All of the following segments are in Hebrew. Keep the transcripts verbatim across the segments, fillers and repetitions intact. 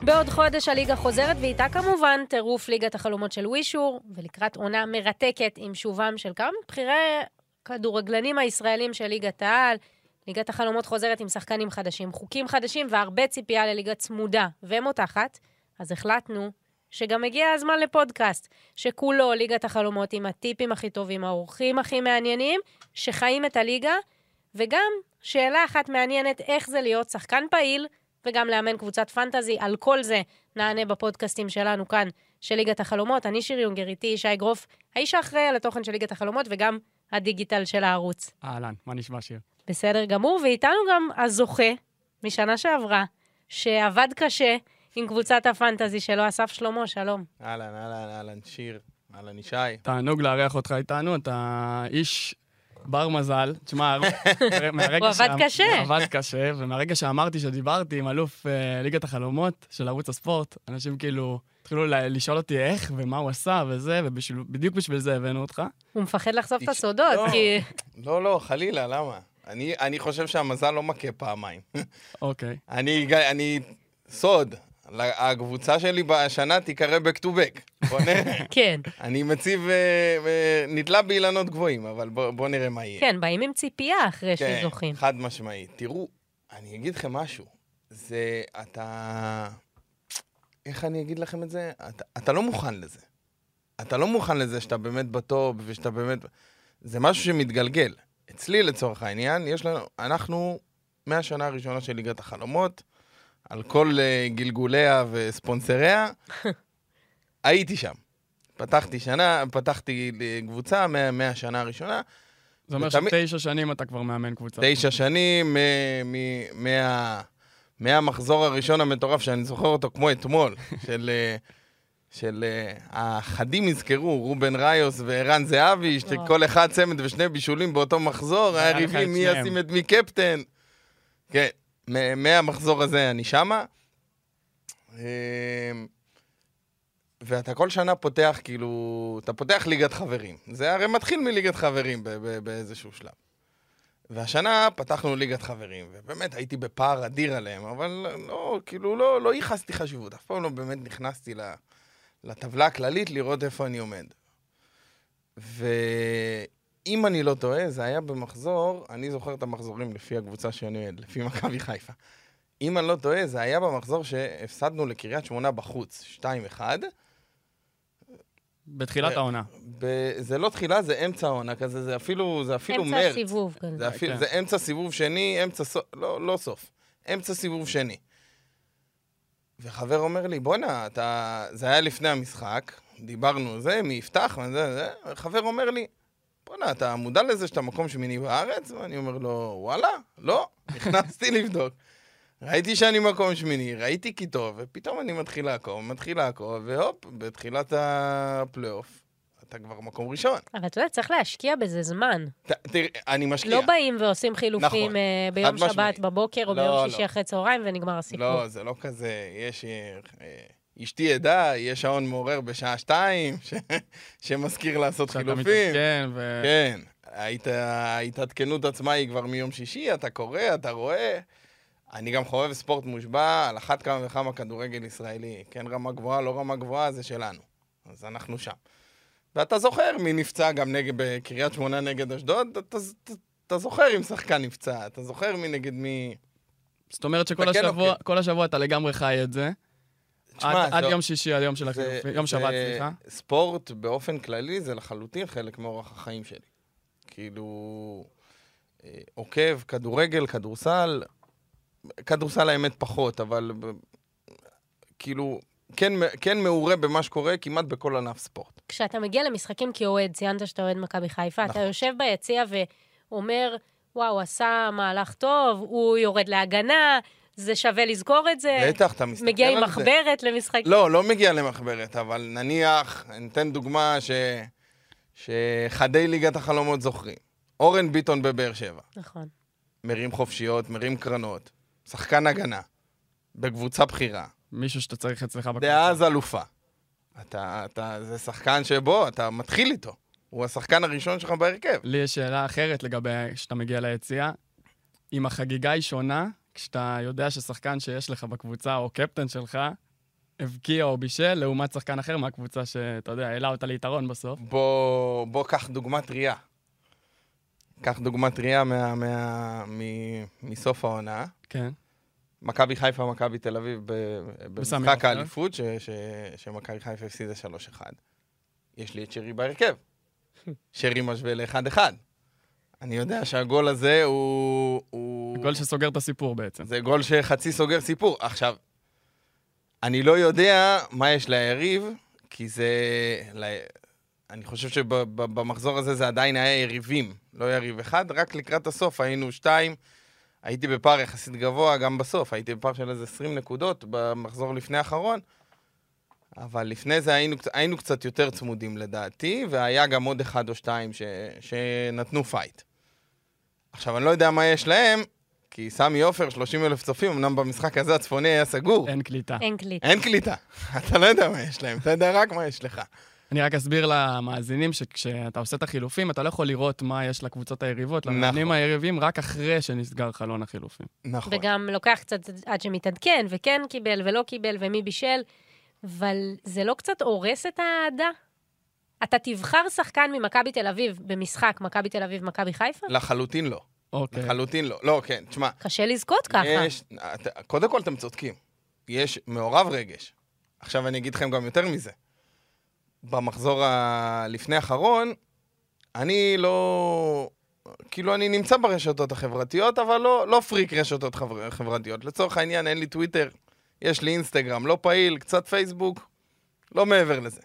בעוד חודש הליגה חוזרת, ואיתה כמובן טירוף ליגת החלומות של ווישור, ולקראת עונה מרתקת עם שובם של כמה מבחירי כדורגלנים הישראלים של ליגת העל. ליגת החלומות חוזרת עם שחקנים חדשים, חוקים חדשים והרבה ציפייה לליגה צמודה ומותחת. אז החלטנו שגם הגיע הזמן לפודקאסט, שכולו ליגת החלומות עם הטיפים הכי טובים, האורחים הכי מעניינים, שחיים את הליגה, וגם שאלה אחת מעניינת, איך זה להיות שחקן פעיל, וגם לאמן קבוצת פנטזי. על כל זה נענה בפודקאסטים שלנו כאן, של ליגת החלומות. אני שיר יונגר, איתי שי גרוף, האיש האחראי על התוכן של ליגת החלומות, וגם הדיגיטל של הערוץ. אהלן, מה נשמע שיר? בסדר גמור, ואיתנו גם הזוכה משנה שעברה, שעבד קשה עם קבוצת הפנטזי שלו, אסף שלמה, שלום. אהלן, אהלן, אהלן, שיר, אהלן, ישי. תענוג לארח אותך איתנו, אתה איש בר מזל. תשמע, הוא עבד קשה. הוא עבד קשה, ומהרגע שאמרתי שדיברתי עם אלוף ליגת החלומות של ערוץ הספורט, אנשים כאילו התחילו לשאול אותי איך ומה הוא עשה וזה, ובדיוק בשביל זה הבאנו אותך. הוא מפחד לחשוף את הסודות, כי... לא, לא, חלילה, למה? אני, אני חושב שהמזל לא מכה פעמיים. אוקיי. אני, אני, סוד, הקבוצה שלי בשנה תיקרא back to back. בוא נראה. כן. אני מציב, נתלה באילנות גבוהים, אבל בוא, בוא נראה מה יהיה. כן, באים עם ציפייה אחרי כן, שזוכים. חד משמעית. תראו, אני אגיד לכם משהו. זה, אתה... איך אני אגיד לכם את זה? אתה, אתה לא מוכן לזה. אתה לא מוכן לזה שאתה באמת בטופ, ושאתה באמת... זה משהו שמתגלגל. אצלי, לצורך העניין, יש לנו... אנחנו, מהשנה הראשונה של ליגת החלומות, על כל uh, גלגוליה וספונסריה, הייתי שם. פתחתי שנה, פתחתי קבוצה מה, מהשנה הראשונה. זה אומר ותמיד... שתשע שנים אתה כבר מאמן קבוצה. תשע שנים, מ- מ- מה... מהמחזור הראשון המטורף, שאני זוכר אותו כמו אתמול, של... של uh, החדים הזכרו, רובן ראיוס וערן זהבי, שכל אחד צמד ושני בישולים באותו מחזור, היה ריבים מי ישים את מי קפטן. כן, מהמחזור הזה אני שמה. ואתה כל שנה פותח, כאילו, אתה פותח ליגת חברים. זה הרי מתחיל מליגת חברים באיזשהו שלב. והשנה פתחנו ליגת חברים, ובאמת הייתי בפער אדיר עליהם, אבל לא, כאילו, לא, לא ייחסתי חשיבות. אף פעם לא באמת נכנסתי ל... לטבלה הכללית, לראות איפה אני עומד. ואם אני לא טועה, זה היה במחזור, אני זוכר את המחזורים לפי הקבוצה שאני עד, לפי מכבי חיפה. אם אני לא טועה, זה היה במחזור שהפסדנו לקריית שמונה בחוץ, שתיים אחד. בתחילת העונה. זה לא תחילה, זה אמצע העונה כזה, זה אפילו, זה אפילו מרץ. אמצע סיבוב כזה. זה, אפילו, זה אמצע סיבוב שני, אמצע סוף, לא, לא סוף, אמצע סיבוב שני. וחבר אומר לי, בוא'נה, אתה... זה היה לפני המשחק, דיברנו זה, מי יפתח, וזה, זה. חבר אומר לי, בוא'נה, אתה מודע לזה שאתה מקום שמיני בארץ? ואני אומר לו, וואלה, לא, נכנסתי לבדוק. ראיתי שאני מקום שמיני, ראיתי כי טוב, ופתאום אני מתחיל לעקוב, מתחיל לעקוב, והופ, בתחילת הפלייאוף, אתה כבר מקום ראשון. אבל אתה יודע, צריך להשקיע בזה זמן. תראה, אני משקיע. לא באים ועושים חילופים ביום שבת בבוקר, או ביום שישי אחרי צהריים, ונגמר הסיפור. לא, זה לא כזה. יש... אשתי עדה, יש שעון מעורר בשעה שתיים, שמזכיר לעשות חילופים. כן, ו... כן. ההתעדכנות עצמה היא כבר מיום שישי, אתה קורא, אתה רואה. אני גם חובב ספורט מושבע, על אחת כמה וכמה כדורגל ישראלי. כן, רמה גבוהה, לא רמה גבוהה, זה שלנו. אז אנחנו שם. ואתה זוכר מי נפצע גם נגד, בקריית שמונה נגד אשדוד, אתה, אתה, אתה זוכר אם שחקן נפצע, אתה זוכר מי נגד מי... זאת אומרת שכל השבוע, כל השבוע אתה לגמרי חי את זה. תשמע, עד, עד יום שישי, עד יום של החילוף, יום שבת, סליחה. ספורט באופן כללי זה לחלוטין חלק מאורח החיים שלי. כאילו, עוקב, כדורגל, כדורסל, כדורסל האמת פחות, אבל כאילו... כן, כן מעורה במה שקורה כמעט בכל ענף ספורט. כשאתה מגיע למשחקים כאוהד, ציינת שאתה אוהד מכבי חיפה, נכון. אתה יושב ביציע ואומר, וואו, עשה מהלך טוב, הוא יורד להגנה, זה שווה לזכור את זה. בטח, אתה מסתכל על זה. מגיע עם מחברת למשחקים. לא, לא מגיע למחברת, אבל נניח, ניתן דוגמה ש... שחדי ליגת החלומות זוכרים. אורן ביטון בבאר שבע. נכון. מרים חופשיות, מרים קרנות, שחקן הגנה, בקבוצה בחירה. מישהו שאתה צריך אצלך בקבוצה. דאז אלופה. אתה, אתה, זה שחקן שבו, אתה מתחיל איתו. הוא השחקן הראשון שלך בהרכב. לי יש שאלה אחרת לגבי שאתה מגיע ליציאה. אם החגיגה היא שונה, כשאתה יודע ששחקן שיש לך בקבוצה, או קפטן שלך, הבקיע או בישל, לעומת שחקן אחר מהקבוצה שאתה יודע, העלה אותה ליתרון בסוף. בוא, בוא קח דוגמה טריה. קח דוגמה טריה מה, מה, מ, מסוף העונה. כן. מכבי חיפה, מכבי תל אביב, ב, במשחק האליפות, ש, ש, שמכבי חיפה הפסידה שלוש אחד. יש לי את שרי בהרכב. שרי משווה ל-אחד אחד. אני יודע שהגול הזה הוא... הוא... גול שסוגר את הסיפור בעצם. זה גול שחצי סוגר סיפור. עכשיו, אני לא יודע מה יש ליריב, כי זה... אני חושב שבמחזור הזה זה עדיין היה יריבים, לא יריב אחד, רק לקראת הסוף היינו שתיים, הייתי בפער יחסית גבוה גם בסוף, הייתי בפער של איזה עשרים נקודות במחזור לפני האחרון, אבל לפני זה היינו, היינו קצת יותר צמודים לדעתי, והיה גם עוד אחד או שתיים ש, שנתנו פייט. עכשיו, אני לא יודע מה יש להם, כי סמי עופר, שלושים אלף צופים, אמנם במשחק הזה הצפוני היה סגור. אין קליטה. אין קליטה. אין קליטה. אתה לא יודע מה יש להם, אתה יודע רק מה יש לך. אני רק אסביר למאזינים שכשאתה עושה את החילופים, אתה לא יכול לראות מה יש לקבוצות היריבות, למאזינים היריבים, רק אחרי שנסגר חלון החילופים. נכון. וגם לוקח קצת עד שמתעדכן, וכן קיבל ולא קיבל ומי בישל, אבל זה לא קצת הורס את העדה? אתה תבחר שחקן ממכבי תל אביב במשחק מכבי תל אביב, מכבי חיפה? לחלוטין לא. אוקיי. לחלוטין לא. לא, כן, תשמע. קשה לזכות ככה. יש, קודם כל אתם צודקים. יש מעורב רגש. עכשיו אני אגיד לכם גם יותר מזה. במחזור הלפני האחרון, אני לא... כאילו אני נמצא ברשתות החברתיות, אבל לא, לא פריק רשתות חבר... חברתיות. לצורך העניין אין לי טוויטר, יש לי אינסטגרם, לא פעיל, קצת פייסבוק, לא מעבר לזה.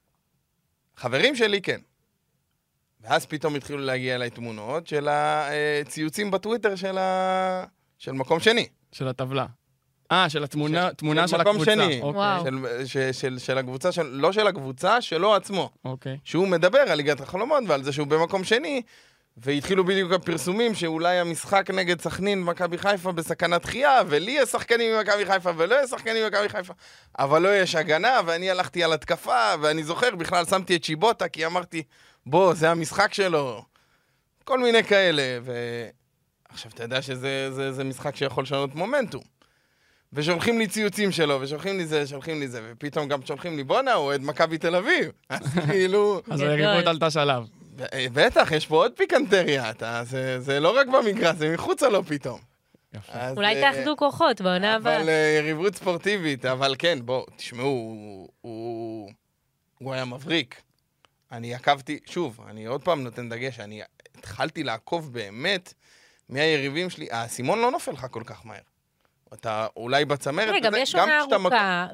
חברים שלי כן. ואז פתאום התחילו להגיע אליי תמונות של הציוצים בטוויטר של, ה... של מקום שני. של הטבלה. אה, של התמונה, של, תמונה של, של הקבוצה. שני. אוקיי. של, של, של, של הקבוצה, של, לא של הקבוצה, שלו עצמו. אוקיי. שהוא מדבר על ליגת החלומות ועל זה שהוא במקום שני, והתחילו בדיוק הפרסומים שאולי המשחק נגד סכנין במכבי חיפה בסכנת דחייה, ולי יש שחקנים ממכבי חיפה ולא יש שחקנים ממכבי חיפה, אבל לא יש הגנה, ואני הלכתי על התקפה, ואני זוכר, בכלל שמתי את שיבוטה, כי אמרתי, בוא, זה המשחק שלו. כל מיני כאלה, ועכשיו אתה יודע שזה זה, זה משחק שיכול לשנות מומנטום. ושולחים לי ציוצים שלו, ושולחים לי זה, שולחים לי זה, ופתאום גם שולחים לי, בונה, הוא אוהד מכבי תל אביב. אז כאילו... אז היריבות עלתה שלב. בטח, יש פה עוד פיקנטריה, אתה, זה, זה לא רק במגרש, זה מחוצה לו פתאום. יפה. אולי תאחדו כוחות בעונה הבאה. אבל יריבות ספורטיבית, אבל כן, בוא, תשמעו, הוא, הוא, הוא היה מבריק. אני עקבתי, שוב, אני עוד פעם נותן דגש, אני התחלתי לעקוב באמת מהיריבים שלי, הסימון לא נופל לך כל כך מהר. אתה אולי בצמרת, גם יש עונה ארוכה,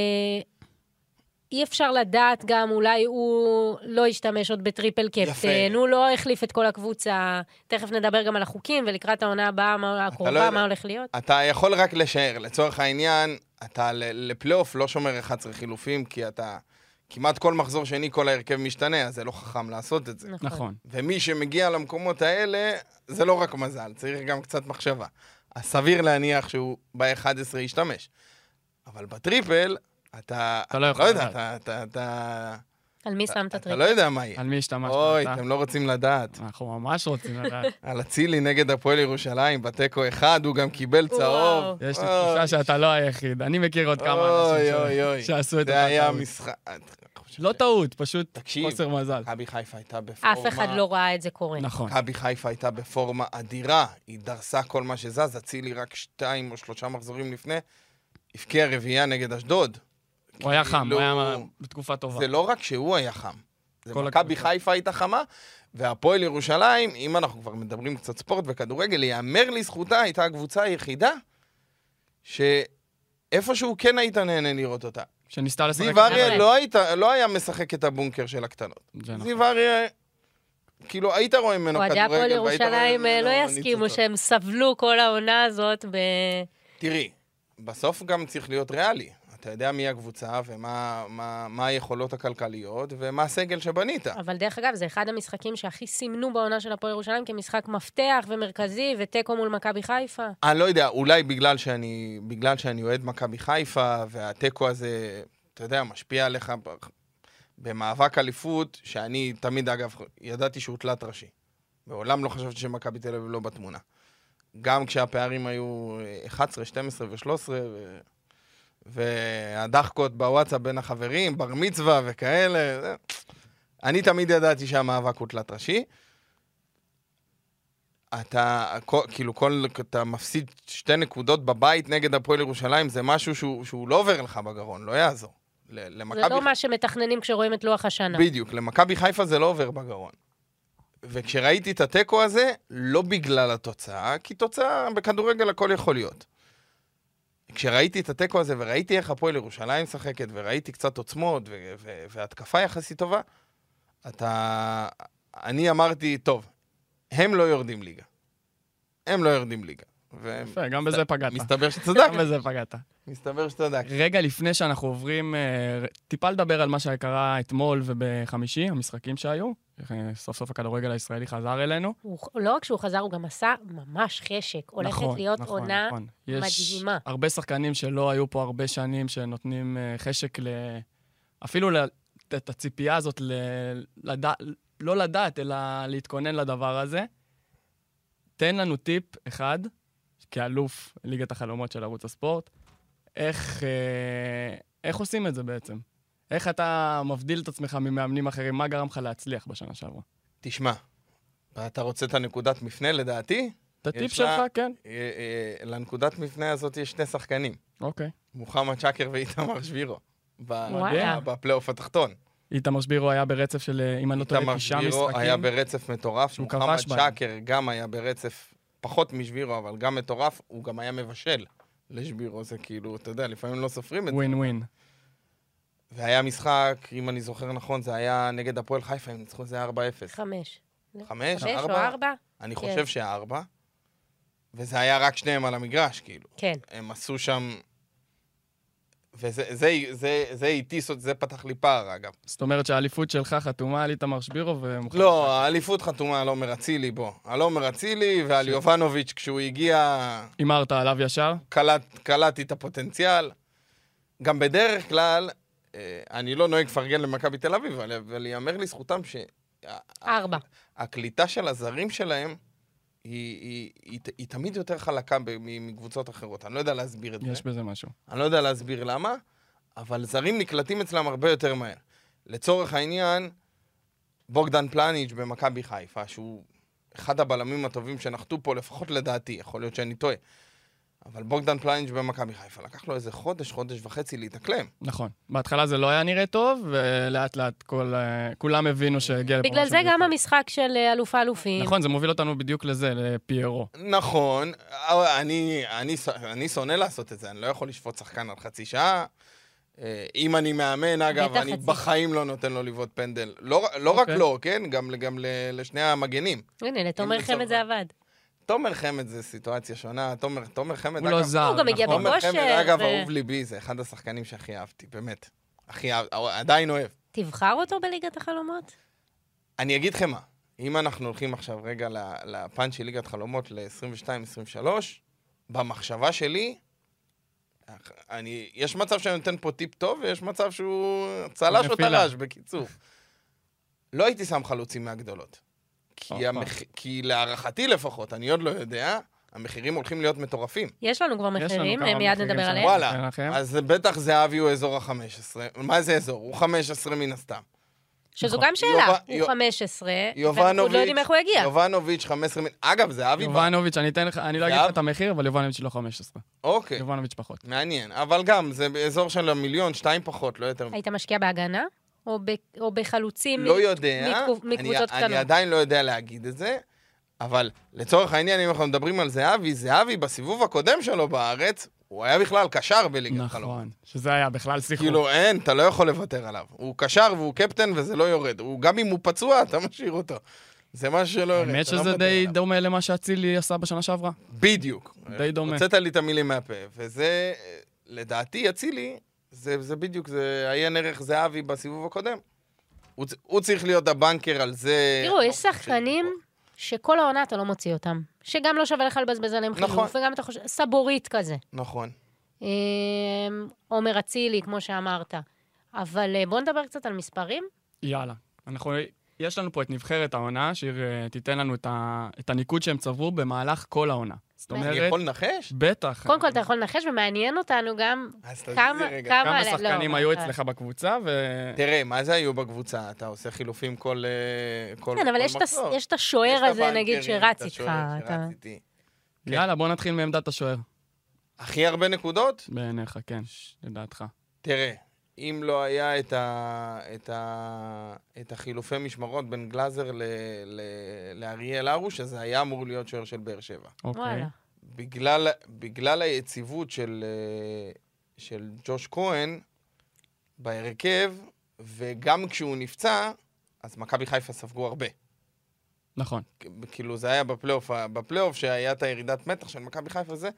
ואי אפשר לדעת גם, אולי הוא לא ישתמש עוד בטריפל קפטן, הוא לא החליף את כל הקבוצה, תכף נדבר גם על החוקים, ולקראת העונה הבאה, הקרובה, מה הולך להיות. אתה יכול רק לשער, לצורך העניין, אתה לפלייאוף לא שומר אחד עשר חילופים, כי אתה כמעט כל מחזור שני, כל ההרכב משתנה, אז זה לא חכם לעשות את זה. נכון. ומי שמגיע למקומות האלה, זה לא רק מזל, צריך גם קצת מחשבה. אז סביר להניח שהוא ב-אחד עשר ישתמש. אבל בטריפל, אתה... אתה לא יכול לא יודע, לדעת. אתה... אתה, אתה על מי שם את אתה הטריפל? לא יודע מה יהיה. על מי השתמשת? אוי, אתה? אתם לא רוצים לדעת. אנחנו ממש רוצים לדעת. על אצילי נגד הפועל ירושלים, בתיקו אחד, הוא גם קיבל צהוב. יש לי תחושה שאתה לא היחיד. אני מכיר עוד כמה אנשים שעשו את זה. זה היה משחק... לא טעות, פשוט תקשיב, חוסר מזל. מכבי חיפה הייתה בפורמה... אף אחד לא ראה את זה קורה. נכון. מכבי חיפה הייתה בפורמה אדירה, היא דרסה כל מה שזז, אצילי רק שתיים או שלושה מחזורים לפני, הפקיע רביעייה נגד אשדוד. הוא היה חם, הוא היה בתקופה טובה. זה לא רק שהוא היה חם, זה מכבי חיפה הייתה חמה, והפועל ירושלים, אם אנחנו כבר מדברים קצת ספורט וכדורגל, יאמר לזכותה, הייתה הקבוצה היחידה, שאיפשהו כן היית נהנה לראות אותה. שניסתה לשחק. זיו אריה לא, היית, לא היה משחק את הבונקר של הקטנות. זיו אריה, כאילו, היית רואה ממנו כדורגל. אוהדי הפועל ירושלים לא יסכימו שהם סבלו כל העונה הזאת ב... תראי, בסוף גם צריך להיות ריאלי. אתה יודע מי הקבוצה ומה מה, מה היכולות הכלכליות ומה הסגל שבנית. אבל דרך אגב, זה אחד המשחקים שהכי סימנו בעונה של הפועל ירושלים כמשחק מפתח ומרכזי וטקו מול מכבי חיפה. אני לא יודע, אולי בגלל שאני, בגלל שאני אוהד מכבי חיפה והטקו הזה, אתה יודע, משפיע עליך במאבק אליפות, שאני תמיד, אגב, ידעתי שהוא תלת ראשי. בעולם לא חשבתי שמכבי תל אביב לא בתמונה. גם כשהפערים היו אחת עשרה, שתים עשרה ו-שלוש עשרה ו... והדחקות בוואטסאפ בין החברים, בר מצווה וכאלה. אני תמיד ידעתי שהמאבק הוא תלת ראשי. אתה, כאילו, כל, אתה מפסיד שתי נקודות בבית נגד הפועל ירושלים, זה משהו שהוא, שהוא לא עובר לך בגרון, לא יעזור. למכבי... זה לא מה שמתכננים כשרואים את לוח השנה. בדיוק, למכבי חיפה זה לא עובר בגרון. וכשראיתי את הטקו הזה, לא בגלל התוצאה, כי תוצאה בכדורגל הכל יכול להיות. כשראיתי את הטקו הזה וראיתי איך הפועל ירושלים שחקת, וראיתי קצת עוצמות ו- ו- והתקפה יחסית טובה, אתה... אני אמרתי, טוב, הם לא יורדים ליגה. הם לא יורדים ליגה. ו... יפה, גם בזה פגעת. מסתבר שצדק. גם בזה פגעת. מסתבר שצדק. רגע לפני שאנחנו עוברים, טיפה לדבר על מה שקרה אתמול ובחמישי, המשחקים שהיו. סוף סוף הכדורגל הישראלי חזר אלינו. הוא, לא רק שהוא חזר, הוא גם עשה ממש חשק. הולכת נכון, להיות נכון, עונה נכון. מדהימה. יש הרבה שחקנים שלא היו פה הרבה שנים, שנותנים חשק ל... אפילו את הציפייה הזאת, ל... לד... לא לדעת, אלא להתכונן לדבר הזה. תן לנו טיפ אחד, כאלוף ליגת החלומות של ערוץ הספורט, איך, אה, איך עושים את זה בעצם? איך אתה מבדיל את עצמך ממאמנים אחרים? מה גרם לך להצליח בשנה שעברה? תשמע, אתה רוצה את הנקודת מפנה לדעתי? את הטיפ שלך, לה, כן. אה, אה, לנקודת מפנה הזאת יש שני שחקנים. אוקיי. מוחמד שקר ואיתמר שבירו. וואלה. בפלייאוף התחתון. איתמר שבירו היה ברצף של, אם אני לא טועה, תשעה משחקים. איתמר שבירו היה ברצף מטורף. מוחמד שקר בהם. גם היה ברצף פחות משבירו, אבל גם מטורף. הוא גם היה מבשל לשבירו. זה כאילו, אתה יודע, לפעמים לא סופרים את זה. ווין ווין. והיה משחק, אם אני זוכר נכון, זה היה נגד הפועל חיפה, הם ניצחו, זה היה ארבע אפס. חמש. חמש? חמש או ארבע? ארבע? אני חושב שהארבע. וזה היה רק שניהם על המגרש, כאילו. כן. הם עשו שם... וזה זה, זה, זה איתי, זה פתח לי פער, אגב. זאת אומרת שהאליפות שלך חתומה על איתמר שבירו ומוחמד... לא, האליפות חתומה על עומר אצילי, בוא. על עומר אצילי ועל יובנוביץ' כשהוא הגיע... אמרת עליו ישר? קלט, קלטתי את הפוטנציאל. גם בדרך כלל, אני לא נוהג פרגן למכבי תל אביב, אבל יאמר לי זכותם ש... ארבע. הקליטה של הזרים שלהם, היא, היא, היא, היא תמיד יותר חלקה מקבוצות אחרות. אני לא יודע להסביר את זה. יש בזה משהו. אני לא יודע להסביר למה, אבל זרים נקלטים אצלם הרבה יותר מהר. לצורך העניין, בוגדן פלניץ' במכבי חיפה, שהוא אחד הבלמים הטובים שנחתו פה, לפחות לדעתי, יכול להיות שאני טועה. אבל בוגדן פלניץ' במכבי חיפה, לקח לו איזה חודש, חודש וחצי להתאקלם. נכון. בהתחלה זה לא היה נראה טוב, ולאט לאט כל, כולם הבינו שהגיע לפה. בגלל זה גם המשחק של אלופה אלופים. נכון, זה מוביל אותנו בדיוק לזה, לפיירו. נכון, אני, אני, אני שונא לעשות את זה, אני לא יכול לשפוט שחקן על חצי שעה. אם אני מאמן, אגב, אני חצי. בחיים לא נותן לו לבעוט פנדל. לא, לא okay. רק לו, כן? גם, גם לשני המגנים. הנה, לתומר חמד זה עבד. תומר חמד זה סיטואציה שונה, תומר, תומר חמד... הוא לא זר. הוא גם הגיע בכושר. תומר חמד, אגב, אהוב ליבי, זה אחד השחקנים שהכי אהבתי, באמת. הכי אהב, עדיין אוהב. תבחר אותו בליגת החלומות? אני אגיד לכם מה, אם אנחנו הולכים עכשיו רגע לפן של ליגת חלומות ל-עשרים ושתיים עשרים ושלוש, במחשבה שלי, אני, יש מצב שאני נותן פה טיפ טוב, ויש מצב שהוא צלש או תלש, בקיצור. לא הייתי שם חלוצים מהגדולות. כי, המח... כי להערכתי לפחות, אני עוד לא יודע, המחירים הולכים להיות מטורפים. יש לנו כבר מחירים, מיד נדבר עליהם. וואלה, אז בטח זהבי הוא אזור ה-חמש עשרה. מה זה אזור? הוא חמש עשרה מן הסתם. שזו גם שאלה, הוא חמש עשרה, ואנחנו לא יודעים איך הוא יגיע. יובנוביץ' חמש עשרה מן... אגב, זהבי... יובנוביץ', אני אתן לך, אני לא אגיד לך את המחיר, אבל יובנוביץ' לא חמש עשרה. אוקיי. יובנוביץ' פחות. מעניין, אבל גם, זה באזור של המיליון, שתיים פחות, לא יותר. היית משקיע בהגנה? או, ב, או בחלוצים לא יודע, מקבוצות קטנות? אני עדיין לא יודע להגיד את זה, אבל לצורך העניין, אם אנחנו מדברים על זהבי, זהבי בסיבוב הקודם שלו בארץ, הוא היה בכלל קשר בליגת חלומות. נכון, שזה היה בכלל שיחוק. כאילו אין, אתה לא יכול לוותר עליו. הוא קשר והוא קפטן וזה לא יורד. הוא, גם אם הוא פצוע, אתה משאיר אותו. זה משהו שלא יורד. האמת שזה די דומה למה שאצילי עשה בשנה שעברה. בדיוק. די דומה. הוצאת לי את המילים מהפה, וזה, לדעתי, אצילי, זה, זה בדיוק, זה היה ערך זהבי בסיבוב הקודם. הוא, הוא צריך להיות הבנקר על זה. תראו, יש שחקנים שכל העונה אתה לא מוציא אותם. שגם לא שווה לך לבזבז עליהם חילוף, נכון. וגם אתה חושב, סבורית כזה. נכון. עומר אצילי, כמו שאמרת. אבל בוא נדבר קצת על מספרים. יאללה. אנחנו, יש לנו פה את נבחרת העונה, שהיא תיתן לנו את, ה, את הניקוד שהם צברו במהלך כל העונה. זאת אני אומרת, יכול לנחש? בטח. קודם כל, אתה יכול לנחש, ומעניין אותנו גם אז תגידי כמה... רגע. כמה כמה לא, שחקנים לא, היו לא. אצלך בקבוצה, ו... תראה, מה זה היו בקבוצה? אתה עושה חילופים כל אה, כל כן, אבל כל יש את הס- מחזור. יש את השוער יש את הזה, נגיד, הבנקרים, שרץ את איתך. השוער אתה- שרץ איתי. יאללה, בוא נתחיל מעמדת השוער. הכי הרבה נקודות? בעיניך, כן, לדעתך. תראה, אם לא היה את, ה, את, ה, את החילופי משמרות בין גלאזר ל, ל, לאריאל הרוש, אז זה היה אמור להיות שוער של באר שבע. אוקיי. וואלה. בגלל, בגלל היציבות של, אה, של ג'וש כהן בהרכב, וגם כשהוא נפצע, אז מכבי חיפה ספגו הרבה. נכון. כאילו זה היה בפלייאוף, בפלייאוף שהיה את הירידת מתח של מכבי חיפה זה,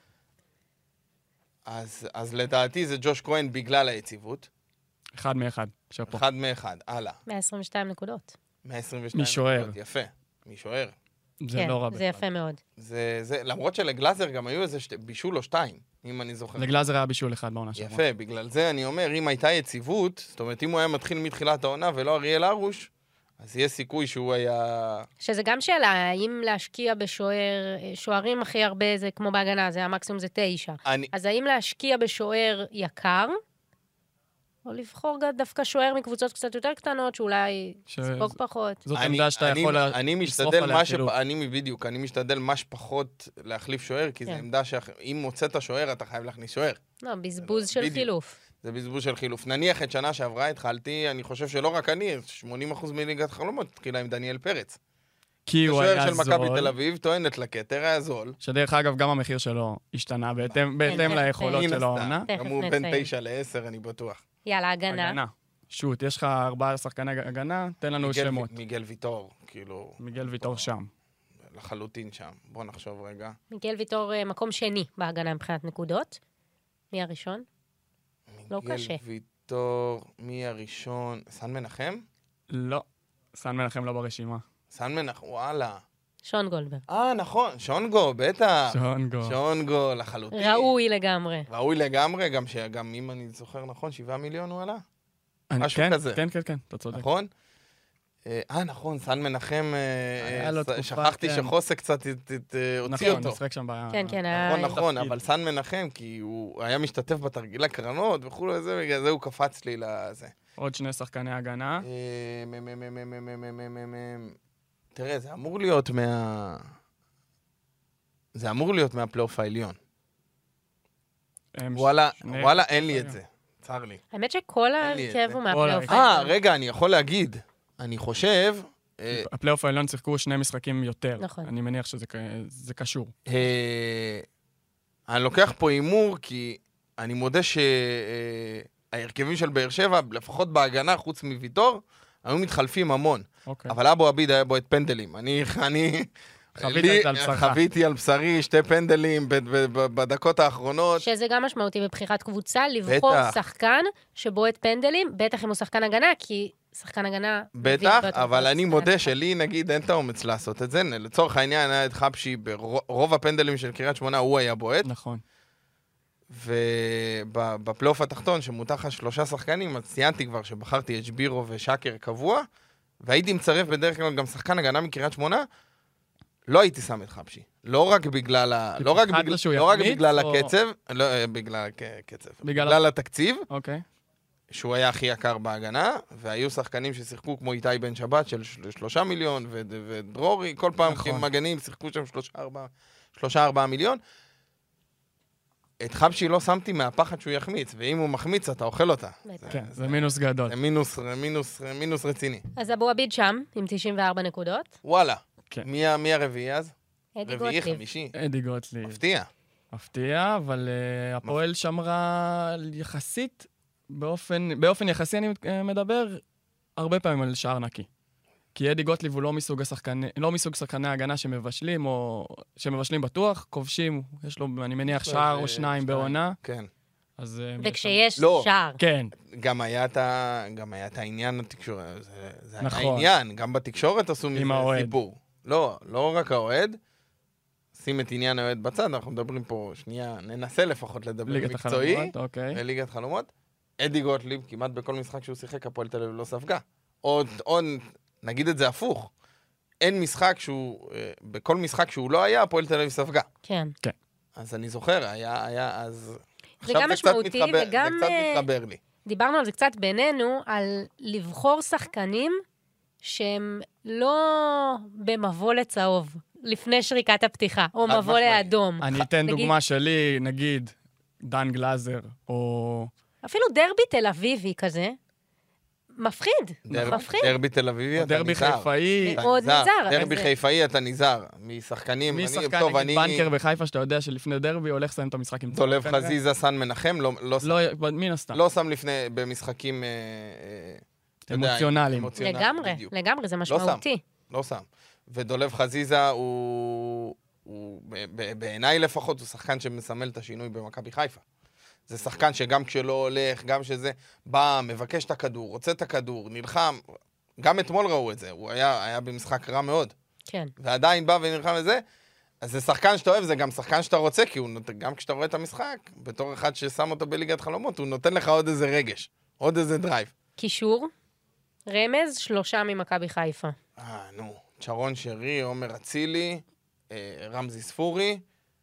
אז, אז לדעתי זה ג'וש כהן בגלל היציבות. אחד מאחד, שפה. אחד מאחד, הלאה. מאה עשרים ושתיים נקודות. מאה עשרים ושתיים משוער. נקודות, יפה, משוער. זה כן, לא רע זה בכלל. יפה מאוד. זה, זה, למרות שלגלאזר גם היו איזה שתי, בישול או שתיים, אם אני זוכר. לגלאזר היה בישול אחד בעונה שעברה. יפה, בגלל זה אני אומר, אם הייתה יציבות, זאת אומרת, אם הוא היה מתחיל מתחילת העונה ולא אריאל הרוש, אז יש סיכוי שהוא היה... שזה גם שאלה, האם להשקיע בשוער, שוערים הכי הרבה זה כמו בהגנה, זה המקסימום זה תשע. אני, אז האם להשקיע בשוער יקר, או לבחור גם דווקא שוער מקבוצות קצת יותר קטנות, שאולי ש- ספוג פחות? זאת אני- עמדה שאתה אני- יכול אני לשרוף משתדל עליה מה ש... חילוף. אני בדיוק, אני משתדל מה שפחות להחליף שוער, כי זו כן. עמדה שאם מוצאת שוער, אתה חייב להכניס שוער. לא, בזבוז של בדיוק. חילוף. זה בזבוז של חילוף. נניח את שנה שעברה התחלתי, אני חושב שלא רק אני, שמונים אחוז מליגת חלומות התחילה עם דניאל פרץ. כי הוא השוער היה של מכבי תל זול, אביב, טוענת לכתר, היה זול. שדרך אגב, גם המחיר שלו השתנה בהתאם בהתאם כן, ליכולות מן שלו הסתם. העונה. תכף גם הוא נציין. בין תשע לעשר, אני בטוח. יאללה, הגנה. הגנה. שוט, יש לך ארבעה שחקני הגנה, תן לנו מיגל- שמות. מיגל ויטור, כאילו, מיגל ויטור שם. לחלוטין שם. בוא נחשוב רגע. מיגל ויטור אה, מקום שני בהגנה מבחינת נקודות. מי הראשון? לא קשה. מיגל ויטור, מי הראשון? סן מנחם? לא, סן מנחם לא ברשימה. סן מנחם, וואלה. שון גולדברג. אה, נכון, שונגו, בטח. שונגו. שונגו, לחלוטין. ראוי לגמרי. ראוי לגמרי, גם שגם אם אני זוכר נכון, שבעה מיליון הוא עלה, אני- משהו כן, כזה. כן, כן, כן, אתה צודק. נכון? אה, נכון, סן מנחם, אה, היה לו אה, תקופה, שכחתי כן. שחוסה קצת הת- הת- אה, הוציא נכון, אותו. משחק שם ב... כן, כן, היה... נכון, נכון, תפקיד. אבל סן מנחם, כי הוא היה משתתף בתרגיל הקרנות וכו' וזה, בגלל זה הוא קפץ לי לזה. עוד שני שחקני הגנה. אה, מ- מ- מ- מ- מ- מ- מ- מ- מ- תראה, זה אמור להיות מה... זה אמור להיות מהפלייאוף העליון. הם וואלה, שני- וואלה, אין לי את זה. צר לי. האמת שכל אין לי את ההרכב זה. הוא כל מהפלייאוף. ההרכב. אה, העליון. רגע, אני יכול להגיד. אני חושב... אה, הפלייאוף העליון שיחקו שני משחקים יותר. נכון. אני מניח שזה כ- זה קשור. אה, אני לוקח פה הימור, כי אני מודה שההרכבים של באר שבע, לפחות בהגנה, חוץ מוויטור, היו מתחלפים המון. אוקיי. אבל אבו עביד היה בועט פנדלים. אני... אני חווית לי- את זה על בשרך. חוויתי על בשרי שתי פנדלים ב- ב- ב- בדקות האחרונות. שזה גם משמעותי בבחירת קבוצה, לבחור בטח. שחקן שבועט פנדלים, בטח אם הוא שחקן הגנה, כי שחקן הגנה... מביא בטח, הרבה יותר אבל נקודות אני לשחקן מודה אחד. שלי, נגיד, אין את האומץ לעשות את זה. לצורך העניין, היה את חבשי, ברוב הפנדלים של קריית שמונה הוא היה בועט, נכון. ובפלייאוף התחתון, שמותר לך שלושה שחקנים, אז ציינתי כבר שבחרתי את שבירו ושקר קבוע, והייתי מצרף בדרך כלל גם שחקן הגנה מקריית שמונה, לא הייתי שם את חבשי. לא רק בגלל ה... כי לא רק פחדת בגלל- שהוא לא רק יחמיץ, בגלל או- הקצב, לא, אה, בגלל הקצב. בגלל בגלל התקציב, אוקיי. שהוא היה הכי יקר בהגנה, והיו שחקנים ששיחקו כמו איתי בן שבת של של- שלושה מיליון, ו- ודרורי, כל פעם נכון. כמגנים שיחקו שם שלושה, ארבעה, שלושה, ארבעה מיליון. את חבשי לא שמתי מהפחד שהוא יחמיץ, ואם הוא מחמיץ, אתה אוכל אותה. בטח. כן, זה מינוס גדול. זה מינוס, מינוס, מינוס רציני. אז אבו עביד שם, עם תשעים וארבע נקודות. וואלה. כן. מי, ה- מי הרביעי אז? אדי רביעי, גוטליב. חמישי. אדי גוטליב. מפתיע. מפתיע, אבל uh, הפועל שמרה יחסית, באופן, באופן יחסי אני uh, מדבר, הרבה פעמים על שער נקי. כי אדי גוטליב הוא לא מסוג השחקני, לא מסוג שחקני ההגנה שמבשלים, או שמבשלים בטוח, כובשים, יש לו, אני מניח, שער או שניים בעונה. כן. אז... uh, וכשיש לא. שער. כן, גם היה את, ה... גם היה את העניין התקשורת, זה, זה נכון. היה העניין, גם בתקשורת עשו מזה האוהד. סיפור. לא, לא רק האוהד, שים את עניין האוהד בצד, אנחנו מדברים פה, שנייה, ננסה לפחות לדבר ליגת מקצועי, החלומות, אוקיי. ליגת חלומות. אדי גוטליב, כמעט בכל משחק שהוא שיחק, הפועל תל אביב לא ספגה. או, או נגיד את זה הפוך, אין משחק שהוא, בכל משחק שהוא לא היה, הפועל תל אביב ספגה. כן. כן. אז אני זוכר, היה, היה, אז... זה גם משמעותי, וגם... זה קצת מתחבר לי. דיברנו על זה קצת בינינו, על לבחור שחקנים שהם לא במבוא לצהוב, לפני שריקת הפתיחה, או מבוא לאדום. אני אתן דוגמה שלי, נגיד, דן גלאזר, או... אפילו דרבי תל אביבי כזה, מפחיד, מפחיד. דרבי תל אביבי, אתה נזהר. דרבי חיפאי. מאוד נזהר. דרבי חיפאי, אתה נזהר. משחקנים... מי שחקן, נגיד בנקר בחיפה, שאתה יודע שלפני דרבי הולך לסיים את המשחק עם... דולב חזיזה, סן מנחם, לא... לא, מן הסתם. לא שם לפני, במשחקים... אמוציונליים. לגמרי, לגמרי, זה משמעותי. לא שם. ודולב חזיזה הוא... בעיניי לפחות, הוא שחקן שמסמל את השינוי במכבי חיפה. זה שחקן שגם כשלא הולך, גם שזה בא, מבקש את הכדור, רוצה את הכדור, נלחם. גם אתמול ראו את זה, הוא היה, היה במשחק רע מאוד. כן. ועדיין בא ונלחם את זה. אז זה שחקן שאתה אוהב, זה גם שחקן שאתה רוצה, כי הוא נות... גם כשאתה רואה את המשחק, בתור אחד ששם אותו בליגת חלומות, הוא נותן לך עוד איזה רגש, עוד איזה דרייב. קישור, רמז, שלושה ממכבי חיפה. אה, נו. צ'רון שרי, עומר אצילי, אה, רמזי ספורי.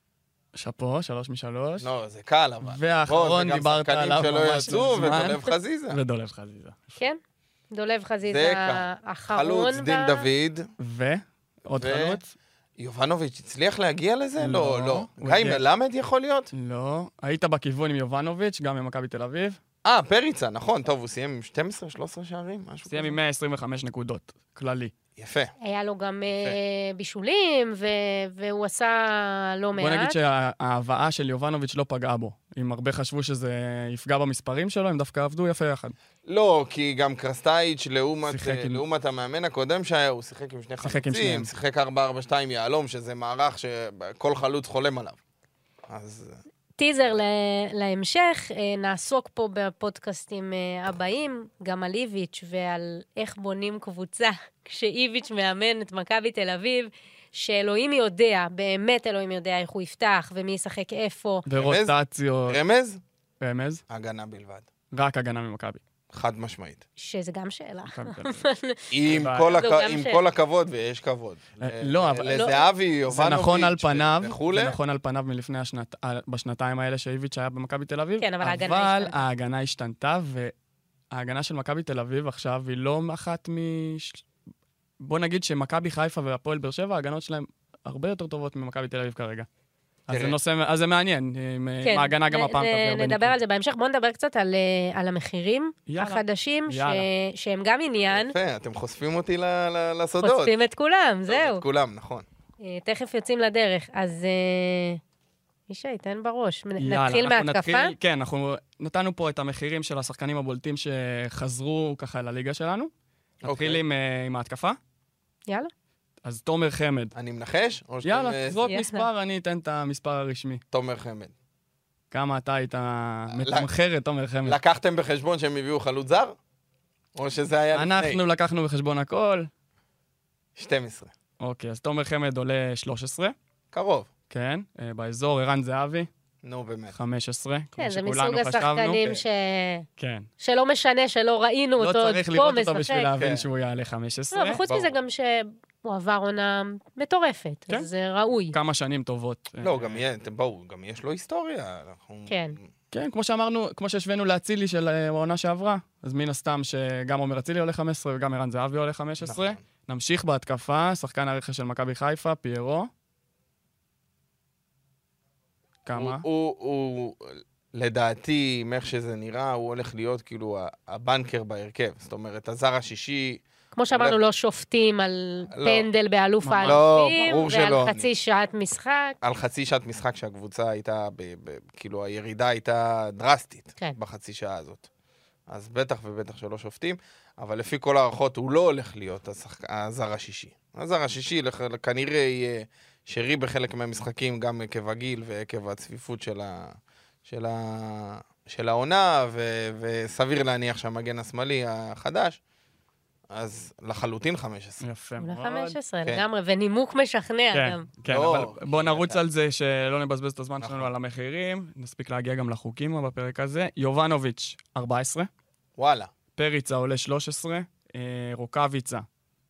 שפו, שלוש משלוש. לא, זה קל, אבל. והאחרון דיברת עליו ממש לא יצאו, ודולב חזיזה. ודולב חזיזה. כן, דולב חזיזה האחרון. חלוץ, דין דוד. ועוד חלוץ. יובנוביץ' הצליח להגיע לזה? לא. לא, לא. גיא מלמד יכול להיות? לא. היית בכיוון עם יובנוביץ', גם ממכבי תל אביב. אה, פריצה, נכון. טוב, הוא סיים עם שתים עשרה שלוש עשרה שערים, משהו כזה. סיים עם מאה עשרים וחמש נקודות, כללי. יפה. היה לו גם בישולים, והוא עשה לא מעט. בוא נגיד שההבאה של יובנוביץ' לא פגעה בו. אם הרבה חשבו שזה יפגע במספרים שלו, הם דווקא עבדו יפה יחד. לא, כי גם קרסטייץ' לעומת המאמן הקודם שהיה, הוא שיחק עם שני חלוצים, שיחק ארבע ארבע שתיים יעלום, שזה מערך שכל חלוץ חולם עליו. אז... טיזר להמשך, נעסוק פה בפודקאסטים הבאים, גם על איביץ' ועל איך בונים קבוצה, כשאיביץ' מאמן את מכבי תל אביב, שאלוהים יודע, באמת אלוהים יודע איך הוא יפתח, ומי ישחק איפה. ורוטציות. רמז? רמז. הגנה בלבד. רק הגנה ממכבי. חד משמעית. שזה גם שאלה. עם כל הכבוד, ויש כבוד. לא, אבל... לזהבי, יובנוביץ' וכו'. זה נכון על פניו מלפני בשנתיים האלה שאיביץ' היה במכבי תל אביב. כן, אבל ההגנה השתנתה. אבל ההגנה השתנתה, וההגנה של מכבי תל אביב עכשיו היא לא אחת מ... בוא נגיד שמכבי חיפה והפועל באר שבע, ההגנות שלהם הרבה יותר טובות ממכבי תל אביב כרגע. אז זה נושא, אז זה מעניין, עם ההגנה גם הפעם תביא הרבה נדבר על זה בהמשך. בואו נדבר קצת על המחירים החדשים, שהם גם עניין. יפה, אתם חושפים אותי לסודות. חושפים את כולם, זהו. את כולם, נכון. תכף יוצאים לדרך, אז ישי, תן בראש. נתחיל מההתקפה? כן, אנחנו נתנו פה את המחירים של השחקנים הבולטים שחזרו ככה לליגה שלנו. נתחיל עם ההתקפה. יאללה. אז תומר חמד. אני מנחש? יאללה, זרוק מספר, אני אתן את המספר הרשמי. תומר חמד. כמה אתה היית מתמחר את תומר חמד? לקחתם בחשבון שהם הביאו חלוץ זר? או שזה היה לפני? אנחנו לקחנו בחשבון הכל. שתים עשרה. אוקיי, אז תומר חמד עולה שלוש עשרה. קרוב. כן, באזור ערן זהבי. נו, באמת. חמש עשרה. כן, זה מסוג השחקנים ש... כן. שלא משנה, שלא ראינו אותו פה משחק. לא צריך לראות אותו בשביל להבין שהוא יעלה חמש עשרה. לא, וחוץ מזה גם שהוא עבר עונה מטורפת, אז זה ראוי. כמה שנים טובות. לא, בואו, גם יש לו היסטוריה. כן. כן, כמו שאמרנו, כמו שהשווינו להצילי של העונה שעברה, אז מן הסתם שגם עומר אצילי עולה חמש עשרה וגם ערן זהבי עולה חמש עשרה. נמשיך בהתקפה, שחקן הרכש של מכבי חיפה, פיירו. כמה? הוא, הוא, לדעתי, מאיך שזה נראה, הוא הולך להיות כאילו הבנקר בהרכב. זאת אומרת, הזר השישי... כמו שאמרנו, לא שופטים על פנדל באלוף האלופים, ועל חצי שעת משחק. על חצי שעת משחק שהקבוצה הייתה, כאילו הירידה הייתה דרסטית בחצי שעה הזאת. אז בטח ובטח שלא שופטים, אבל לפי כל הערכות הוא לא הולך להיות הזר השישי. הזר השישי כנראה יהיה... שרי בחלק מהמשחקים, גם עקב הגיל ועקב הצפיפות של, ה, של, ה, של העונה, ו, וסביר להניח שהמגן השמאלי החדש, אז לחלוטין חמש עשרה. יפה מאוד. חמש עשרה, לגמרי, ונימוק משכנע כן, גם. כן, אבל בואו נרוץ על זה שלא נבזבז את הזמן שלנו על המחירים, נספיק להגיע גם לחוקים בפרק הזה. יובנוביץ', ארבע עשרה. וואלה. פריצה עולה שלוש עשרה, רוקביצה,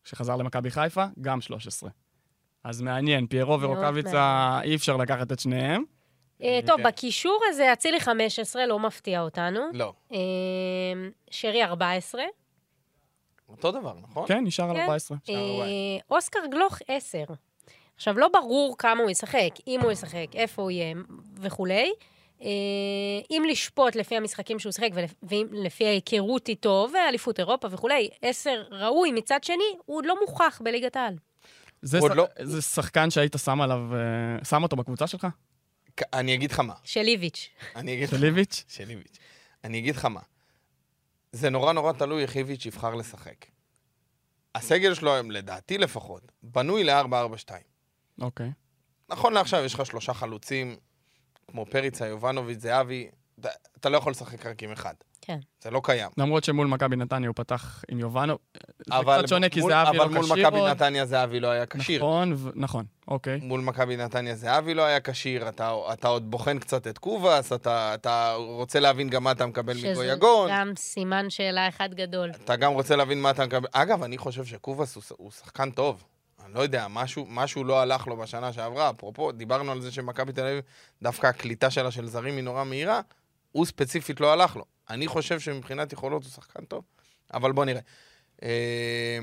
שחזר למכבי חיפה, גם שלוש עשרה. אז מעניין, פיירו מאוד ורוקאביצה, אי אפשר לקחת את שניהם. אה, טוב, בקישור הזה, אצילי חמש עשרה, לא מפתיע אותנו. לא. אה, שרי ארבע עשרה. אותו דבר, נכון? כן, נשאר על כן. ארבע עשרה. אה, אוסקר גלוך עשר. עכשיו, לא ברור כמה הוא ישחק, אם הוא ישחק, איפה הוא יהיה וכולי. אה, אם לשפוט לפי המשחקים שהוא שחק ולפי ההיכרות איתו ואליפות אירופה וכולי, עשר ראוי, מצד שני, הוא עוד לא מוכח בליגת העל. זה עוד שח- לא- זה שחקן שהיית שם עליו, אה, שם אותו בקבוצה שלך? כ- אני אגיד לך מה. של איביץ'. אני אגיד לך של איביץ'? של איביץ'. אני אגיד לך מה. זה נורא נורא תלוי איך איביץ' יבחר לשחק. הסגל שלו, לדעתי לפחות, בנוי ל-ארבע ארבע שתיים. אוקיי. נכון לעכשיו, יש לך שלושה חלוצים, כמו פריצה, יובנוביץ', זהבי, אתה- אתה לא יכול לשחק רק עם אחד. כן. זה לא קיים. למרות שמול מכבי נתניה הוא פתח עם יובנו. זה אבל קצת שונה, כי מול- זהבי לא אבל מול כשיר מכבי עוד. נתניה זהבי לא היה כשיר. נכון, ו- נכון, אוקיי. מול מכבי נתניה זהבי לא היה כשיר, אתה, אתה עוד בוחן קצת את קובס, אתה, אתה רוצה להבין גם מה אתה מקבל שזה מגויגון, גם סימן שאלה אחד גדול. אתה גם רוצה להבין מה אתה מקבל... אגב, אני חושב שקובס הוא, הוא שחקן טוב. אני לא יודע, משהו, משהו לא הלך לו בשנה שעברה. אפרופו, דיברנו על זה שמכבי תל אביב, דווקא הקליטה שלה של זרים היא נורא מהירה, הוא ספציפית לא הלך לו. אני חושב שמבחינת יכולות הוא שחקן טוב, אבל בוא נראה. אה,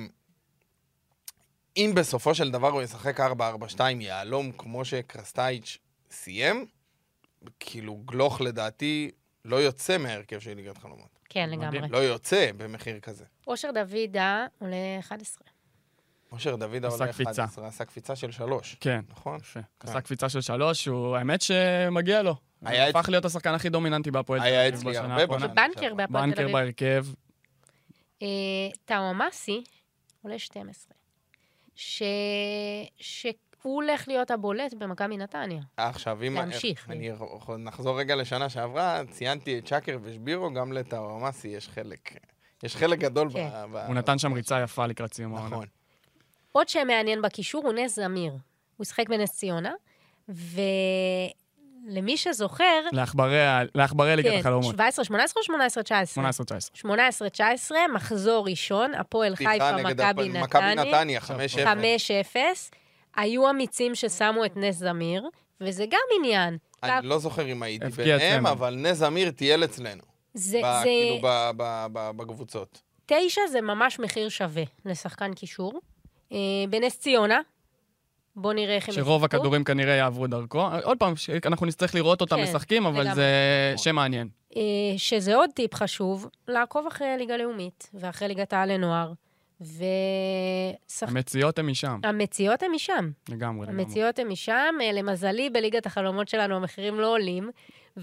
אם בסופו של דבר הוא ישחק ארבע ארבע שתיים יעלום כמו שקרסטייץ' סיים, כאילו גלוך לדעתי לא יוצא מהרכב של ליגת חלומות. כן, לגמרי. מדהים. לא יוצא במחיר כזה. אושר דוידה עולה אחד עשרה. אושר דוד עשה עולה קפיצה. אחד עשרה, עשה קפיצה של שלוש. כן. נכון? יפה. כן. עשה קפיצה של שלוש, הוא האמת שמגיע לו. היה הוא הפך להיות השחקן הכי דומיננטי בהפועל היה תל אביב אצלי בשנה הרבה האחרונה. בשנה. בנקר בהפועל תל בנקר אביב. בהרכב, אה, טאומאסי עולה שתים עשרה. ש... שהוא הולך להיות הבולט במכבי נתניה. עכשיו, אם... להמשיך. אני נחזור רגע לשנה שעברה, ציינתי את צ'קר ושבירו, גם לטאומאסי יש חלק. יש חלק גדול כן. ב... ב- הוא נתן שם ריצה יפה לקראת סיום העונה. נכון. עוד שמעניין בקישור הוא נס זמיר. הוא שחק בנס ציונה, ולמי שזוכר... לעכברי ה- לעכברי ליגת כן, החלומות. שבע עשרה שמונה עשרה או שמונה עשרה תשע עשרה? שמונה עשרה תשע עשרה. שמונה עשרה תשע עשרה, מחזור ראשון, הפועל פתיחה חיפה, נגד מכבי הפועל- נתניה. מכבי נתניה, חמש אפס. חמש אפס. היו אמיצים ששמו את נס זמיר, וזה גם עניין. אני לא זוכר אם הייתי הפקיע ביניהם, צמד. אבל נס זמיר טייל אצלנו. זה, ב- זה... כאילו ב- ב- ב- בקבוצות. תשע זה ממש מחיר שווה לשחקן קישור. אה, בנס ציונה, בוא נראה איך הם שרוב ישחקו. הכדורים כנראה יעברו דרכו. עוד פעם, ש- אנחנו נצטרך לראות אותם כן, משחקים, אבל לגמרי. זה שם מעניין. אה, שזה עוד טיפ חשוב, לעקוב אחרי הליגה הלאומית, ואחרי ליגת העל לנוער, ושח... המציאות הן משם, המציאות הן משם. לגמרי. לגמרי. המציאות הן משם. אה, למזלי, בליגת החלומות שלנו המחירים לא עולים,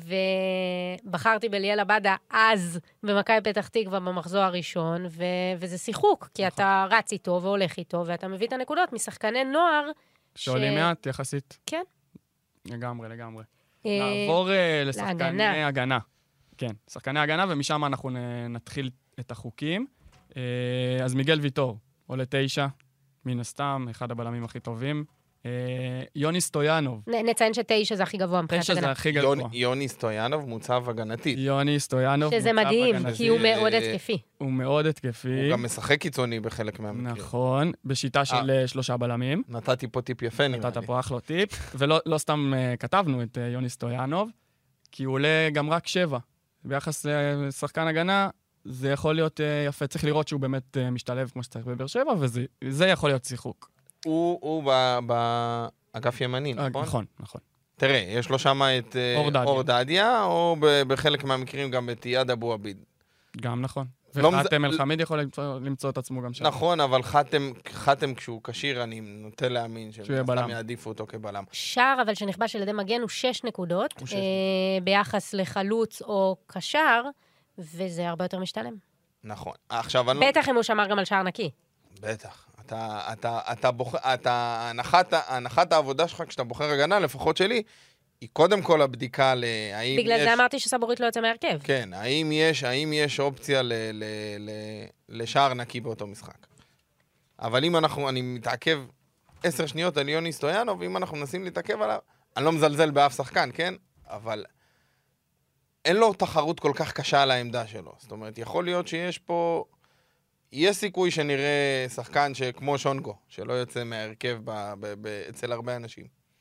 ובחרתי בליאל עבדה אז במכבי פתח תקווה במחזור הראשון, ו... וזה שיחוק, כי אתה רץ איתו והולך איתו, ואתה מביא את הנקודות משחקני נוער. שעולים מעט יחסית. כן. לגמרי, לגמרי. אה, נעבור אה, לשחקני להגנה. הגנה. כן, שחקני הגנה, ומשם אנחנו נ- נתחיל את החוקים. אה, אז מיגל ויטור, עולה תשע, מן הסתם, אחד הבלמים הכי טובים. אה, יוני סטויאנוב, נ- נציין שתשע זה הכי גבוה מבחינת תשע זה הגנה. הכי יוני- גבוה. יוני סטויאנוב מוצב הגנתית. יוני סטויאנוב, שזה מוצב מדהים, הגנתי. כי הוא זה- מאוד התקפי. הוא מאוד התקפי. הוא גם משחק קיצוני בחלק מהמקרים. נכון, בשיטה של אה, שלושה בלמים. נתתי פה טיפ יפה, נראה נתת לי. פה אחלה טיפ, ולא לא סתם uh, כתבנו את uh, יוני סטויאנוב, כי הוא עולה גם רק שבע. ביחס לשחקן הגנה, זה יכול להיות uh, יפה. צריך לראות שהוא באמת uh, משתלב כמו שצריך בבאר שבע, וזה יכול להיות שיחוק. הוא הוא ב- באגף ימני, אה, נכון? נכון, נכון. תראה, יש לו שם את אה, אור דדיה. אור דדיה, או ב- בחלק מהמקרים גם את איאד אבו עביד. גם נכון. לא וחתם מז- אל-חמיד יכול למצוא, למצוא את עצמו גם שם. נכון, אבל חתם, חתם כשהוא כשיר, אני נוטה להאמין שהוא יהיה שהם בלם. יעדיפו אותו כבלם. שער, אבל שנכבש על ידי מגן, הוא שש נקודות, הוא שש אה, ביחס לחלוץ או קשר, וזה הרבה יותר משתלם. נכון. עכשיו, אני לא... בטח אם הוא שמר גם על שער נקי. בטח. אתה, אתה, אתה בוחר, אתה, הנחת, הנחת העבודה שלך כשאתה בוחר הגנה, לפחות שלי, היא קודם כל הבדיקה להאם בגלל יש... זה אמרתי שסבורית לא יוצא מהרכב. כן, האם יש, האם יש אופציה ל, ל, ל, לשער נקי באותו משחק. אבל אם אנחנו, אני מתעכב עשר שניות על יוני סטויאנוב, ואם אנחנו מנסים להתעכב עליו, אני לא מזלזל באף שחקן, כן? אבל אין לו תחרות כל כך קשה על העמדה שלו. זאת אומרת, יכול להיות שיש פה יש סיכוי שנראה שחקן שכמו שונגו, שלא יוצא מהרכב ב- ב- ב- אצל הרבה אנשים.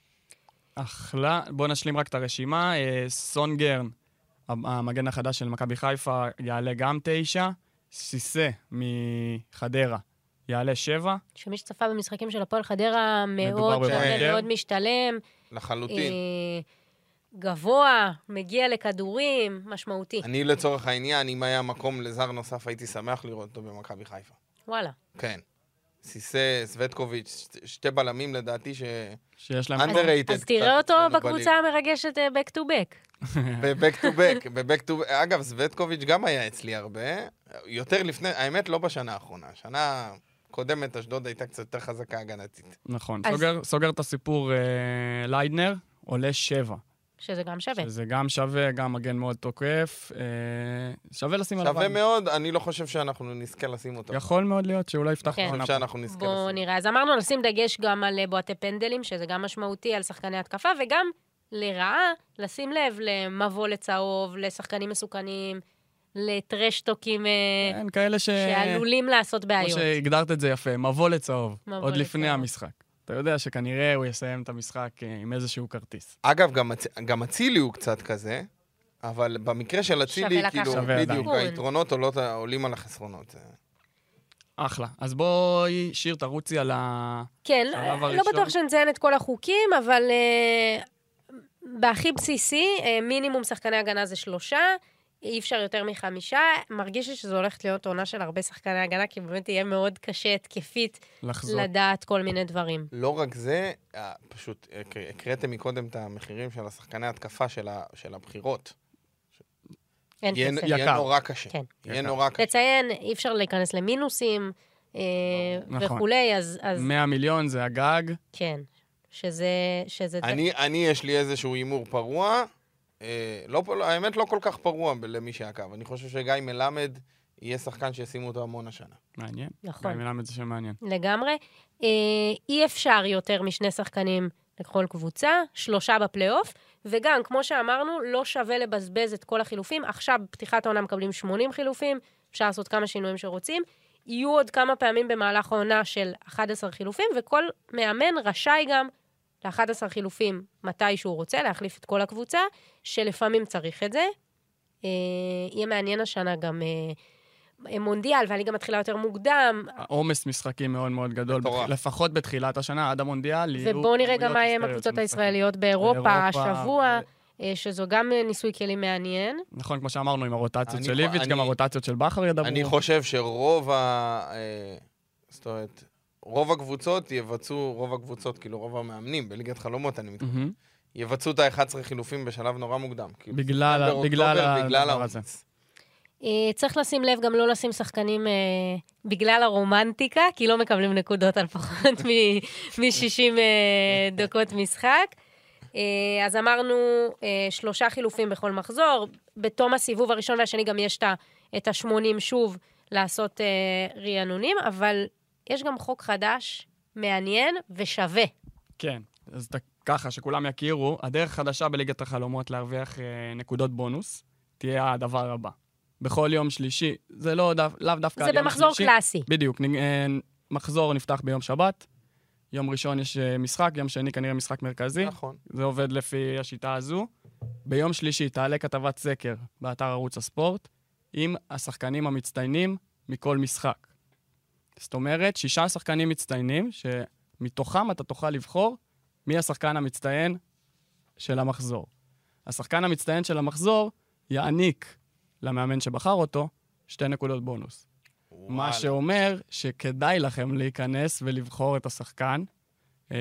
אחלה. בוא נשלים רק את הרשימה. סונגרן, המגן החדש של מכבי חיפה, יעלה גם תשע. סיסה מחדרה יעלה שבע. שמי שצפה במשחקים של הפועל חדרה מאוד בבונקר. מאוד משתלם. לחלוטין. אה, גבוה, מגיע לכדורים, משמעותי. אני לצורך העניין, אם היה מקום לזר נוסף, הייתי שמח לראות אותו במכבי חיפה. וואלה. כן. סיסה, סווטקוביץ', שתי בלמים לדעתי ש... שיש להם... underrated. אז תראה אותו בקבוצה המרגשת אה, back to back. ב-back to back, ב-back to back. אגב, סווטקוביץ' גם היה אצלי הרבה. יותר לפני, האמת לא בשנה האחרונה. שנה קודמת, אשדוד הייתה קצת יותר חזקה הגנתית. נכון. אז- סוגר, סוגר את הסיפור אה, ליידנר, עולה שבע. שזה גם שווה. שזה גם שווה, גם מגן מאוד תוקף. אה, שווה לשים עליו. שווה מאוד, אני לא חושב שאנחנו נזכה לשים אותו. יכול מאוד להיות שאולי יפתח כן. אני עונה חושב פה. שאנחנו נזכה בואו לשים. נראה. אז אמרנו לשים דגש גם על אה, בועטי פנדלים, שזה גם משמעותי, על שחקני התקפה, וגם לרעה, לשים לב למבוא לצהוב, לשחקנים מסוכנים, לטרשטוקים אה, כן, כאלה ש... שעלולים לעשות כמו בעיות. שהגדרת את זה יפה, מבוא לצהוב. מבוא עוד לפני לצהוב. המשחק. אתה יודע שכנראה הוא יסיים את המשחק אה, עם איזשהו כרטיס. אגב, גם הצ- גם אצילי הוא קצת כזה, אבל במקרה של אצילי, שווה לקחת כאילו, שווה בדיוק, עדיין. היתרונות עולות- עולים על החסרונות. זה- אחלה. אז בואי, שיר, תרוצי על ה... כן, שלב לא הראשון. בטוח שנציין את כל החוקים, אבל אה, בהכי בסיסי, אה, מינימום שחקני הגנה זה שלושה, אי אפשר יותר מחמישה. מרגיש לי שזו הולכת להיות עונה של הרבה שחקני הגנה, כי באמת יהיה מאוד קשה התקפית לחזור. לדעת כל מיני דברים. לא רק זה, אה, פשוט הק- הקראתם מקודם את המחירים של השחקני התקפה של ה- של הבחירות. אין יהיה כסף. יהיה יקר. נורא קשה. כן. יהיה יקר. נורא קשה. לציין, אי אפשר להיכנס למינוסים אה, נכון. וכולי, אז, אז מאה מיליון זה הגג. כן, שזה... שזה אני, אני, יש לי איזשהו הימור פרוע, אה, לא, פ- האמת לא כל כך פרוע ב- למי שעקב. אני חושב שגיא מלמד יהיה שחקן שישימו אותו המון השנה. מעניין. נכון. גם מלמד זה שם מעניין. לגמרי. אה, אי אפשר יותר משני שחקנים לכל קבוצה, שלושה בפלייאוף, וגם, כמו שאמרנו, לא שווה לבזבז את כל החילופים. עכשיו, פתיחת העונה מקבלים שמונים חילופים, אפשר לעשות כמה שינויים שרוצים. יהיו עוד כמה פעמים במהלך העונה של אחד עשר חילופים, וכל מאמן רשאי גם ל-אחד עשר חילופים מתי שהוא רוצה, להחליף את כל הקבוצה, שלפעמים צריך את זה. אה, יהיה מעניין השנה גם אה, מונדיאל, והליגה מתחילה יותר מוקדם, העומס משחקים מאוד מאוד גדול, מטורף. בתח- לפחות בתחילת השנה, עד המונדיאל. יהיו ובואו נראה גם כמויות מה יהיה עם היסטריות הקבוצות של הישראליות באירופה באירופה, השבוע, ו- אה, שזו גם אה, ניסוי כלים מעניין. נכון, כמו שאמרנו, עם הרוטציות אני של חו- ליביץ', גם אני- הרוטציות של בכר ידברו. אני חושב שרוב ה... אה, זאת אומרת, רוב הקבוצות יבצעו, רוב הקבוצות, כאילו רוב המאמנים, בליגת חלומות, אני מתכוון, מהמם. יבצעו את ה-אחד עשר חילופים בשלב נורא מוקדם. כאילו, בגלל ה- ספטמבר, בגלל אוקטובר, בגלל הדבר הזה. העומס. אה, צריך לשים לב גם לא לשים שחקנים אה, בגלל הרומנטיקה, כי לא מקבלים נקודות על פחות מ-שישים דקות משחק. אה, אז אמרנו אה, שלושה חילופים בכל מחזור. בתום הסיבוב הראשון והשני גם יש את ה- את ה-שמונים שוב לעשות אה, רענונים, אבל יש גם חוק חדש, מעניין ושווה. כן, אז ת- ככה, שכולם יכירו, הדרך החדשה בליגת החלומות להרוויח אה, נקודות בונוס, תהיה הדבר הבא. בכל יום שלישי, זה לא דו, לאו דווקא זה על יום במחזור שלישי. קלאסי. בדיוק, נ- אה, מחזור נפתח ביום שבת, יום ראשון יש אה, משחק, יום שני כנראה משחק מרכזי. נכון. זה עובד לפי השיטה הזו. ביום שלישי תעלה כתבת סקר באתר ערוץ הספורט, עם השחקנים המצטיינים מכל משחק. זאת אומרת, שישה שחקנים מצטיינים, שמתוכם אתה תוכל לבחור מי השחקן המצטיין של המחזור. השחקן המצטיין של המחזור יעניק למאמן שבחר אותו שתי נקודות בונוס. מה וואלה. שאומר שכדאי לכם להיכנס ולבחור את השחקן, אה,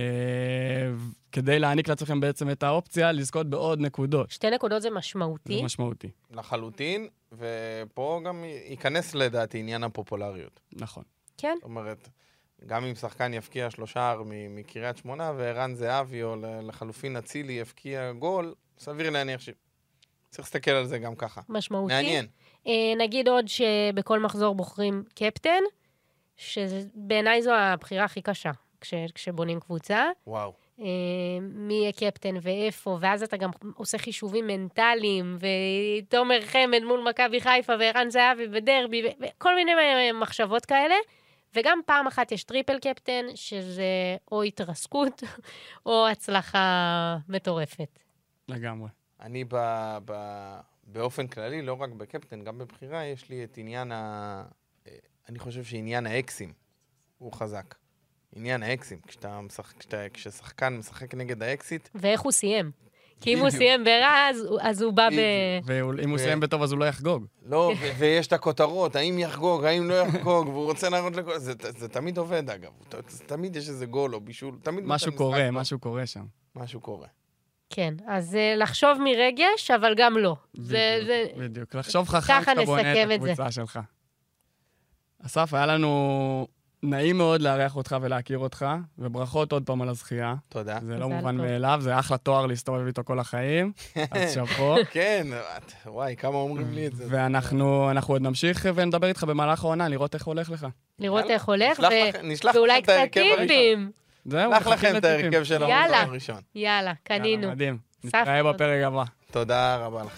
כדי להעניק לעצמכם בעצם את האופציה לזכות בעוד נקודות. שתי נקודות זה זה משמעותי. משמעותי, לחלוטין, ופה גם ייכנס לדעתי עניין הפופולריות. נכון. כן. זאת אומרת, גם אם שחקן יפקיע שלושה מ- מקריית שמונה, וערן זהבי או ל- לחלופין אצילי יפקיע גול, סביר להניח ש... צריך להסתכל על זה גם ככה. משמעותי. מעניין. אה, נגיד עוד שבכל מחזור בוחרים קפטן, שבעיניי זו הבחירה הכי קשה כש, כשבונים קבוצה. וואו. מי יהיה קפטן ואיפה, ואז אתה גם עושה חישובים מנטליים, ותומר חמד מול מכבי חיפה, וערן זהבי בדרבי, וכל מיני מחשבות כאלה, וגם פעם אחת יש טריפל קפטן, שזה או התרסקות, או הצלחה מטורפת. לגמרי. אני ב, ב, באופן כללי, לא רק בקפטן, גם בבחירה, יש לי את עניין ה... אני חושב שעניין האקסים הוא חזק. עניין האקסים, כשאתה משחק, כשאתה, כששחקן משחק נגד האקסיט... ואיך הוא סיים? כי אם הוא סיים ברע, אז, אז הוא בא ב... ואם הוא סיים בטוב, אז הוא לא יחגוג. לא, ו- ויש את הכותרות, האם יחגוג, האם לא יחגוג, והוא רוצה להראות לכל... זה, זה תמיד עובד, אגב. תמיד יש איזה גול או בישול, תמיד... משהו קורה, משהו קורה שם. משהו קורה. כן, אז לחשוב מרגש, אבל גם לא. בדיוק, זה, זה... בדיוק. לחשוב חכם כשאתה בונה את הקבוצה שלך. אסף, היה לנו נעים מאוד לארח אותך ולהכיר אותך, וברכות עוד פעם על הזכייה. תודה. זה לא מובן מאליו, זה אחלה תואר להסתובב איתו כל החיים, אז שאפו. כן, וואי, כמה אומרים לי את זה. ואנחנו עוד נמשיך ונדבר איתך במהלך העונה, לראות איך הולך לך. לראות איך הולך, נשלח ואולי קצת טיפים. זהו, נשלח לכם את ההרכב של המוזר הראשון. יאללה, קנינו. מדהים. נתראה בפרק הבא. תודה רבה לכם.